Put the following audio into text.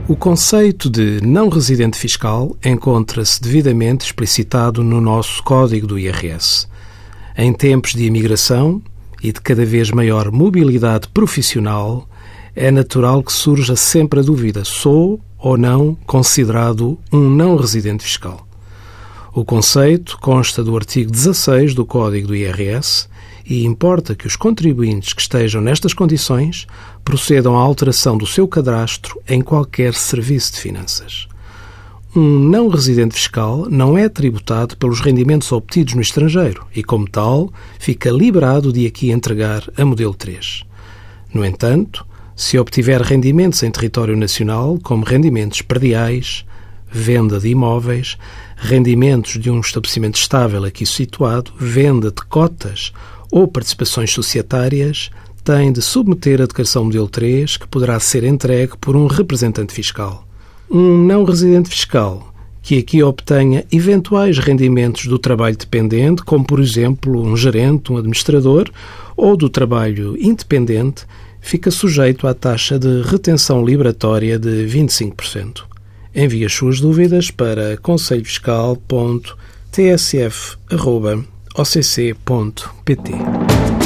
O conceito de não residente fiscal encontra-se devidamente explicitado no nosso Código do IRS. Em tempos de imigração e de cada vez maior mobilidade profissional, é natural que surja sempre a dúvida: sou ou não considerado um não residente fiscal? O conceito consta do artigo 16 do Código do IRS e importa que os contribuintes que estejam nestas condições procedam à alteração do seu cadastro em qualquer serviço de finanças. Um não residente fiscal não é tributado pelos rendimentos obtidos no estrangeiro e, como tal, fica liberado de aqui entregar a modelo 3. No entanto, se obtiver rendimentos em território nacional, como rendimentos prediais, venda de imóveis, rendimentos de um estabelecimento estável aqui situado, venda de cotas ou participações societárias, tem de submeter a declaração modelo 3, que poderá ser entregue por um representante fiscal. Um não residente fiscal que aqui obtenha eventuais rendimentos do trabalho dependente, como por exemplo um gerente, um administrador, ou do trabalho independente, fica sujeito à taxa de retenção liberatória de 25%. Envie as suas dúvidas para conselhofiscal.tsf@occ.pt.